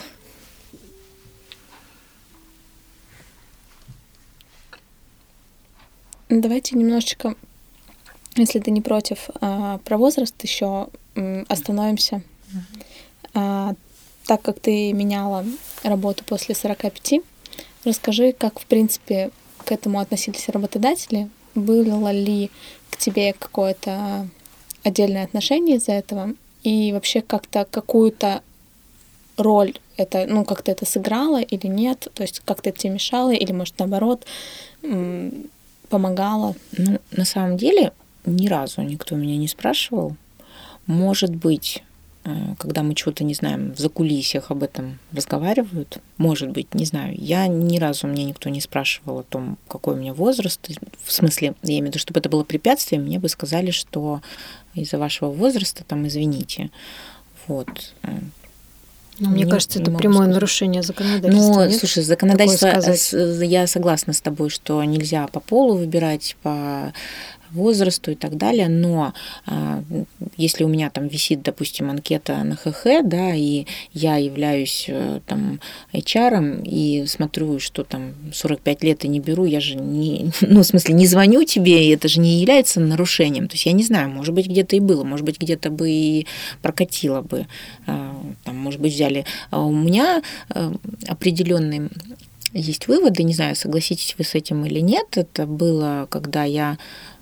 Давайте немножечко, если ты не против, про возраст еще остановимся. Mm-hmm. Так как ты меняла работу после сорока пяти, расскажи, как, в принципе, к этому относились работодатели. Было ли к тебе какое-то отдельное отношение из-за этого? И вообще как-то какую-то роль это, ну, как-то это сыграло или нет? То есть как-то это тебе мешало или, может, наоборот, помогало? Ну, на самом деле, ни разу никто меня не спрашивал. Может быть, когда мы чего-то не знаем, в закулисьях об этом разговаривают, может быть, не знаю. Я ни разу, мне никто не спрашивал о том, какой у меня возраст. В смысле, я имею в виду, чтобы это было препятствием, мне бы сказали, что из-за вашего возраста, там, извините. Вот. Ну, мне не, кажется, это прямое сказать. Нарушение законодательства. Ну, слушай, законодательство, я согласна с тобой, что нельзя по полу выбирать, по возрасту и так далее, но а, если у меня там висит, допустим, анкета на ХХ, да, и я являюсь там эйч ар и смотрю, что там сорок пять лет и не беру, я же не, ну, в смысле, не звоню тебе, и это же не является нарушением. То есть я не знаю, может быть, где-то и было, может быть, где-то бы и прокатило бы, там, может быть, взяли. А у меня определенный есть выводы, не знаю, согласитесь вы с этим или нет, это было, когда я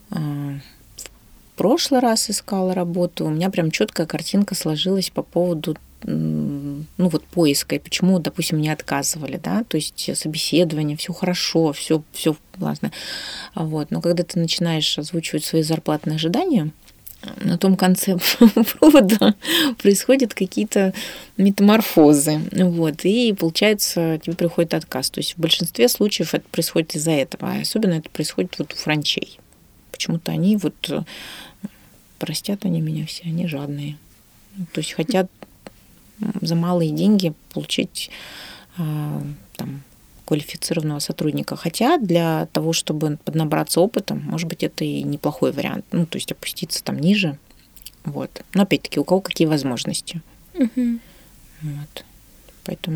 в прошлый раз искала работу, у меня прям четкая картинка сложилась по поводу, ну вот, поиска, и почему, допустим, мне отказывали, да, то есть собеседование, все хорошо, все, все классно, вот, но когда ты начинаешь озвучивать свои зарплатные ожидания, на том конце провода происходят какие-то метаморфозы, вот, и получается, тебе приходит отказ, то есть в большинстве случаев это происходит из-за этого, а особенно это происходит вот у франчей. Почему-то они вот, простят они меня все, они жадные. То есть хотят за малые деньги получить там квалифицированного сотрудника. Хотя для того, чтобы поднабраться опытом, может быть, это и неплохой вариант. Ну, то есть опуститься там ниже. Вот. Но опять-таки, у кого какие возможности. Угу. Вот. Поэтому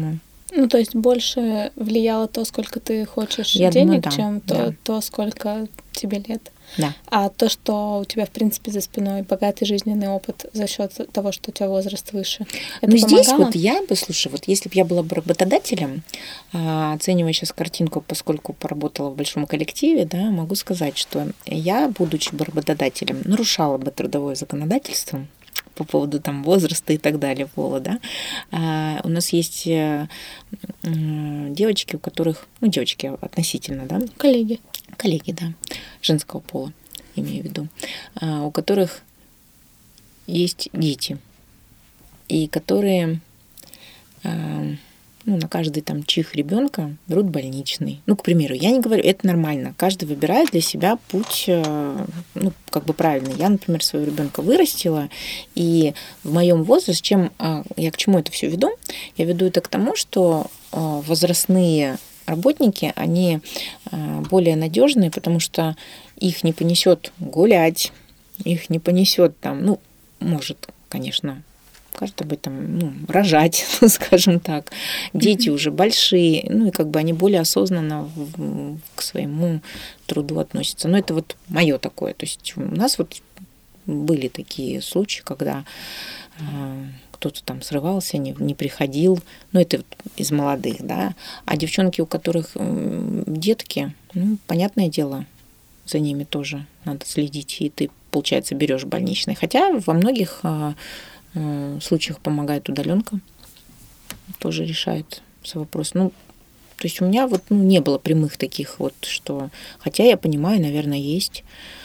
Ну, то есть больше влияло то, сколько ты хочешь Я денег, думаю, да, чем да. то, то, сколько тебе лет. Да. А то, что у тебя, в принципе, за спиной богатый жизненный опыт за счет того, что у тебя возраст выше, это Ну, здесь помогало? вот я бы, слушай, вот если бы я была бы работодателем, а, оценивая сейчас картинку, поскольку поработала в большом коллективе, да, могу сказать, что я, будучи бы работодателем, нарушала бы трудовое законодательство по поводу там возраста и так далее, пола, да. А, у нас есть э, м, девочки, у которых, ну, девочки относительно, да, Коллеги. коллеги, да, женского пола, имею в виду, а, у которых есть дети, и которые а, ну, на каждый там чих ребенка берут больничный. Ну, к примеру, я не говорю, это нормально. Каждый выбирает для себя путь, ну, как бы правильный. Я, например, своего ребенка вырастила, и в моем возрасте, чем я к чему это все веду? Я веду это к тому, что возрастные работники, они более надежные, потому что их не понесет гулять, их не понесет там, ну, может, конечно, каждый бы там, ну, рожать, скажем так. Дети mm-hmm. уже большие, ну и как бы они более осознанно в, к своему труду относятся. Но это вот мое такое. То есть у нас вот были такие случаи, когда э, кто-то там срывался, не, не приходил. Ну, это вот из молодых, да. А девчонки, у которых э, детки, ну, понятное дело, за ними тоже надо следить. И ты, получается, берешь больничный. Хотя во многих э, в случаях помогает удаленка, тоже решает вопрос. Ну, то есть у меня вот ну, не было прямых таких вот, что... Хотя я понимаю, наверное, есть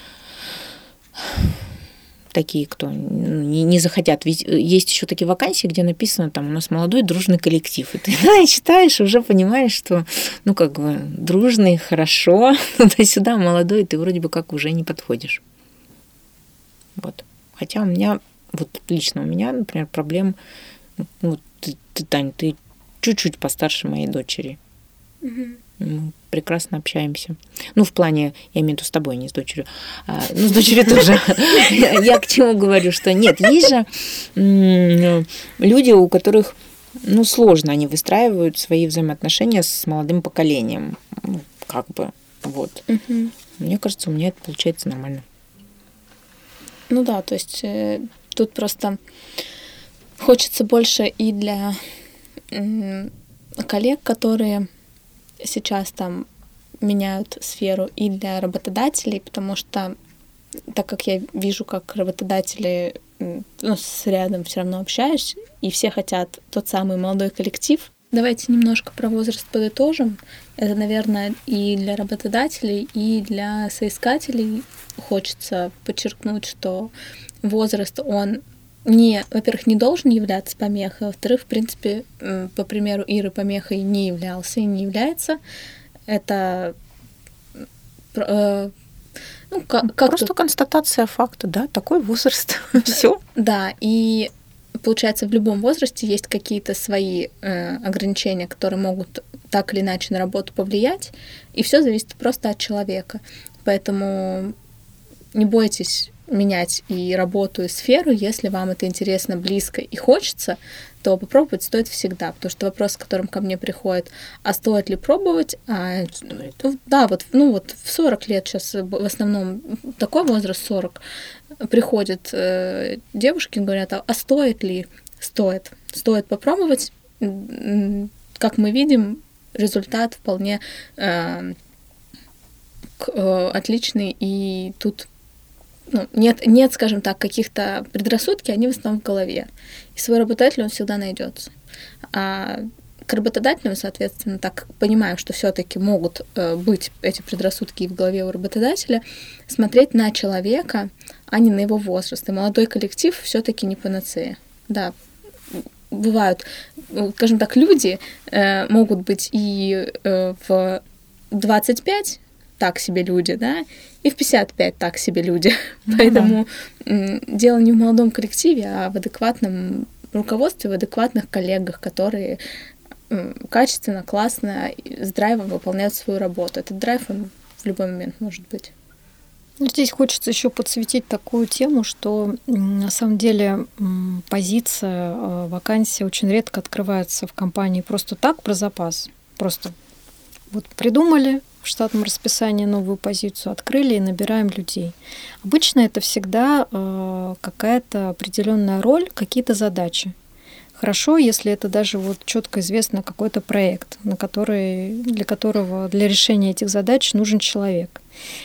такие, кто не, не захотят. Ведь есть еще такие вакансии, где написано, там, у нас молодой дружный коллектив. И ты да, читаешь, уже понимаешь, что, ну, как бы, дружный, хорошо, туда-сюда, молодой, ты вроде бы как уже не подходишь. Вот. Хотя у меня... Вот лично у меня, например, проблем... Ну, ты, ты, Тань, ты чуть-чуть постарше моей дочери. Угу. Мы прекрасно общаемся. Ну, в плане, я имею в виду с тобой, не с дочерью. А, ну, с дочерью тоже. Я к чему говорю, что нет, есть же люди, у которых, ну, сложно, они выстраивают свои взаимоотношения с молодым поколением. Ну, как бы, вот. Мне кажется, у меня это получается нормально. Ну да, то есть... Тут просто хочется больше и для коллег, которые сейчас там меняют сферу, и для работодателей, потому что так как я вижу, как работодатели, ну, с рядом все равно общаюсь, и все хотят тот самый молодой коллектив. Давайте немножко про возраст подытожим. Это, наверное, и для работодателей, и для соискателей хочется подчеркнуть, что возраст, он не, во-первых, не должен являться помехой, а во-вторых, в принципе, по примеру Иры, помехой не являлся и не является. Это э, ну, как, как просто тут... констатация факта, да, такой возраст, все. Да, и получается, в любом возрасте есть какие-то свои э, ограничения, которые могут так или иначе на работу повлиять, и все зависит просто от человека. Поэтому не бойтесь менять и работу, и сферу. Если вам это интересно, близко и хочется, то попробовать стоит всегда. Потому что вопрос, с которым ко мне приходит, а стоит ли пробовать? А, стоит. Да, вот, ну вот в сорок лет сейчас в основном такой возраст сорок приходят э, девушки, говорят, а, а стоит ли? Стоит. Стоит попробовать. Как мы видим, результат вполне э, э, отличный, и тут ну, нет, нет, скажем так, каких-то предрассудки, они в основном в голове. И свой работодатель он всегда найдется. А к работодателям, соответственно, так понимаем, что все-таки могут э, быть эти предрассудки и в голове у работодателя, смотреть на человека, а не на его возраст. И молодой коллектив все-таки не панацея. Да, бывают, скажем так, люди э, могут быть и э, в двадцать пять так себе люди, да, и в пятьдесят пять так себе люди. Mm-hmm. Поэтому дело не в молодом коллективе, а в адекватном руководстве, в адекватных коллегах, которые качественно, классно, с драйвом выполняют свою работу. Этот драйв, он в любой момент может быть. Ну, здесь хочется еще подсветить такую тему, что на самом деле позиция, вакансия очень редко открывается в компании просто так, про запас. Просто вот придумали в штатном расписании новую позицию, открыли и набираем людей. Обычно это всегда какая-то определенная роль, какие-то задачи. Хорошо, если это даже вот четко известно какой-то проект, на который, для которого, для решения этих задач нужен человек.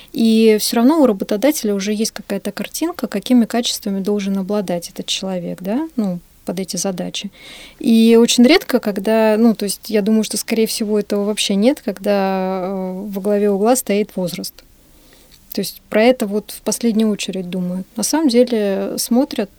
И все равно у работодателя уже есть какая-то картинка, какими качествами должен обладать этот человек, да, ну, под эти задачи. И очень редко, когда, ну, то есть я думаю, что, скорее всего, этого вообще нет, когда во главе угла стоит возраст. То есть про это вот в последнюю очередь думают. На самом деле смотрят,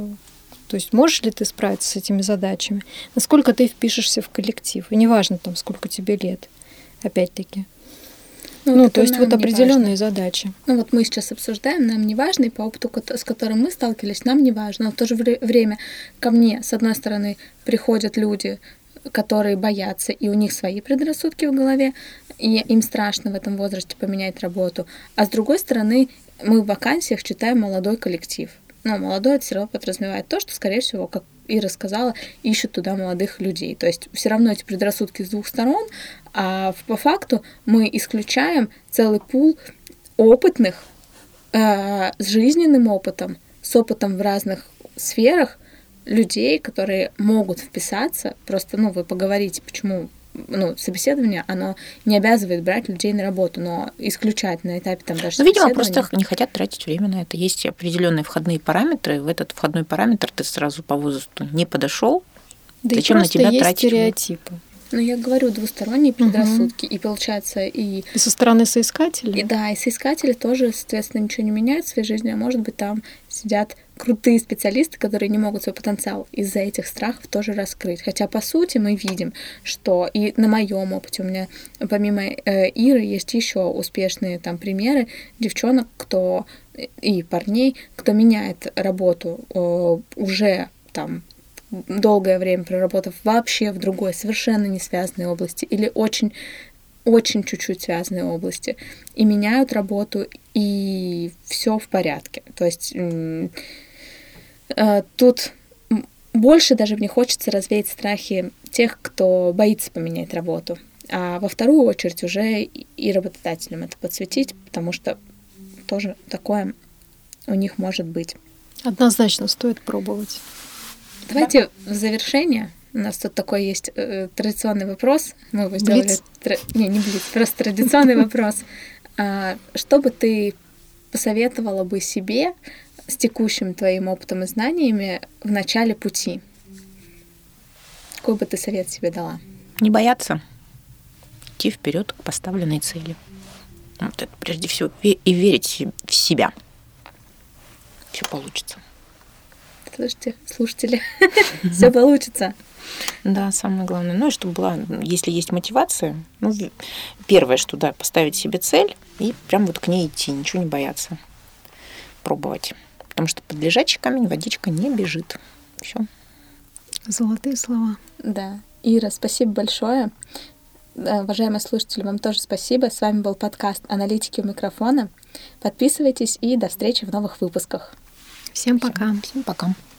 то есть можешь ли ты справиться с этими задачами, насколько ты впишешься в коллектив, и неважно, там, сколько тебе лет, опять-таки. Ну, ну то есть вот определенные задачи. Ну вот мы сейчас обсуждаем, нам не важно, и по опыту, с которым мы сталкивались, нам не важно. Но в то же время ко мне, с одной стороны, приходят люди, которые боятся, и у них свои предрассудки в голове, и им страшно в этом возрасте поменять работу. А с другой стороны, мы в вакансиях читаем молодой коллектив. Но молодой это все равно подразумевает то, что, скорее всего, как Ира сказала, ищут туда молодых людей. То есть все равно эти предрассудки с двух сторон, а по факту мы исключаем целый пул опытных, э, с жизненным опытом, с опытом в разных сферах людей, которые могут вписаться. Просто, ну, вы поговорите, почему... Ну, собеседование, оно не обязывает брать людей на работу, но исключать на этапе там даже ну, видимо, просто не хотят тратить время на это. Есть определенные входные параметры. В этот входной параметр ты сразу по возрасту не подошел. Да зачем на тебя есть тратить? Стереотипы. Ну, я говорю, двусторонние предрассудки. Угу. И получается, и... И со стороны соискателей? И, да, и соискатели тоже, соответственно, ничего не меняют в своей жизни, а может быть, там сидят крутые специалисты, которые не могут свой потенциал из-за этих страхов тоже раскрыть. Хотя, по сути, мы видим, что и на моем опыте у меня, помимо э, Иры, есть еще успешные там примеры девчонок, кто и парней, кто меняет работу э, уже там долгое время проработав вообще в другой, совершенно не связанной области или очень, очень чуть-чуть связанной области, и меняют работу, и все в порядке. То есть э, тут больше даже мне хочется развеять страхи тех, кто боится поменять работу. А во вторую очередь уже и работодателям это подсветить, потому что тоже такое у них может быть. Однозначно стоит пробовать. Давайте в завершение. У нас тут такой есть э, традиционный вопрос. Мы его сделали... Блиц? Тр... Не, не блиц, просто традиционный вопрос. А, что бы ты посоветовала бы себе с текущим твоим опытом и знаниями в начале пути? Какой бы ты совет себе дала? Не бояться. Идти вперед к поставленной цели. Вот это прежде всего. И верить в себя. Все получится. Слушайте, слушатели, все получится. Да, самое главное. Ну и чтобы была, если есть мотивация, ну, первое, что да, поставить себе цель и прям вот к ней идти, ничего не бояться, пробовать. Потому что под лежачий камень водичка не бежит. Все. Золотые слова. Да. Ира, спасибо большое. Уважаемые слушатели, вам тоже спасибо. С вами был подкаст «Аналитики у микрофона». Подписывайтесь и до встречи в новых выпусках. Всем пока. Всем пока.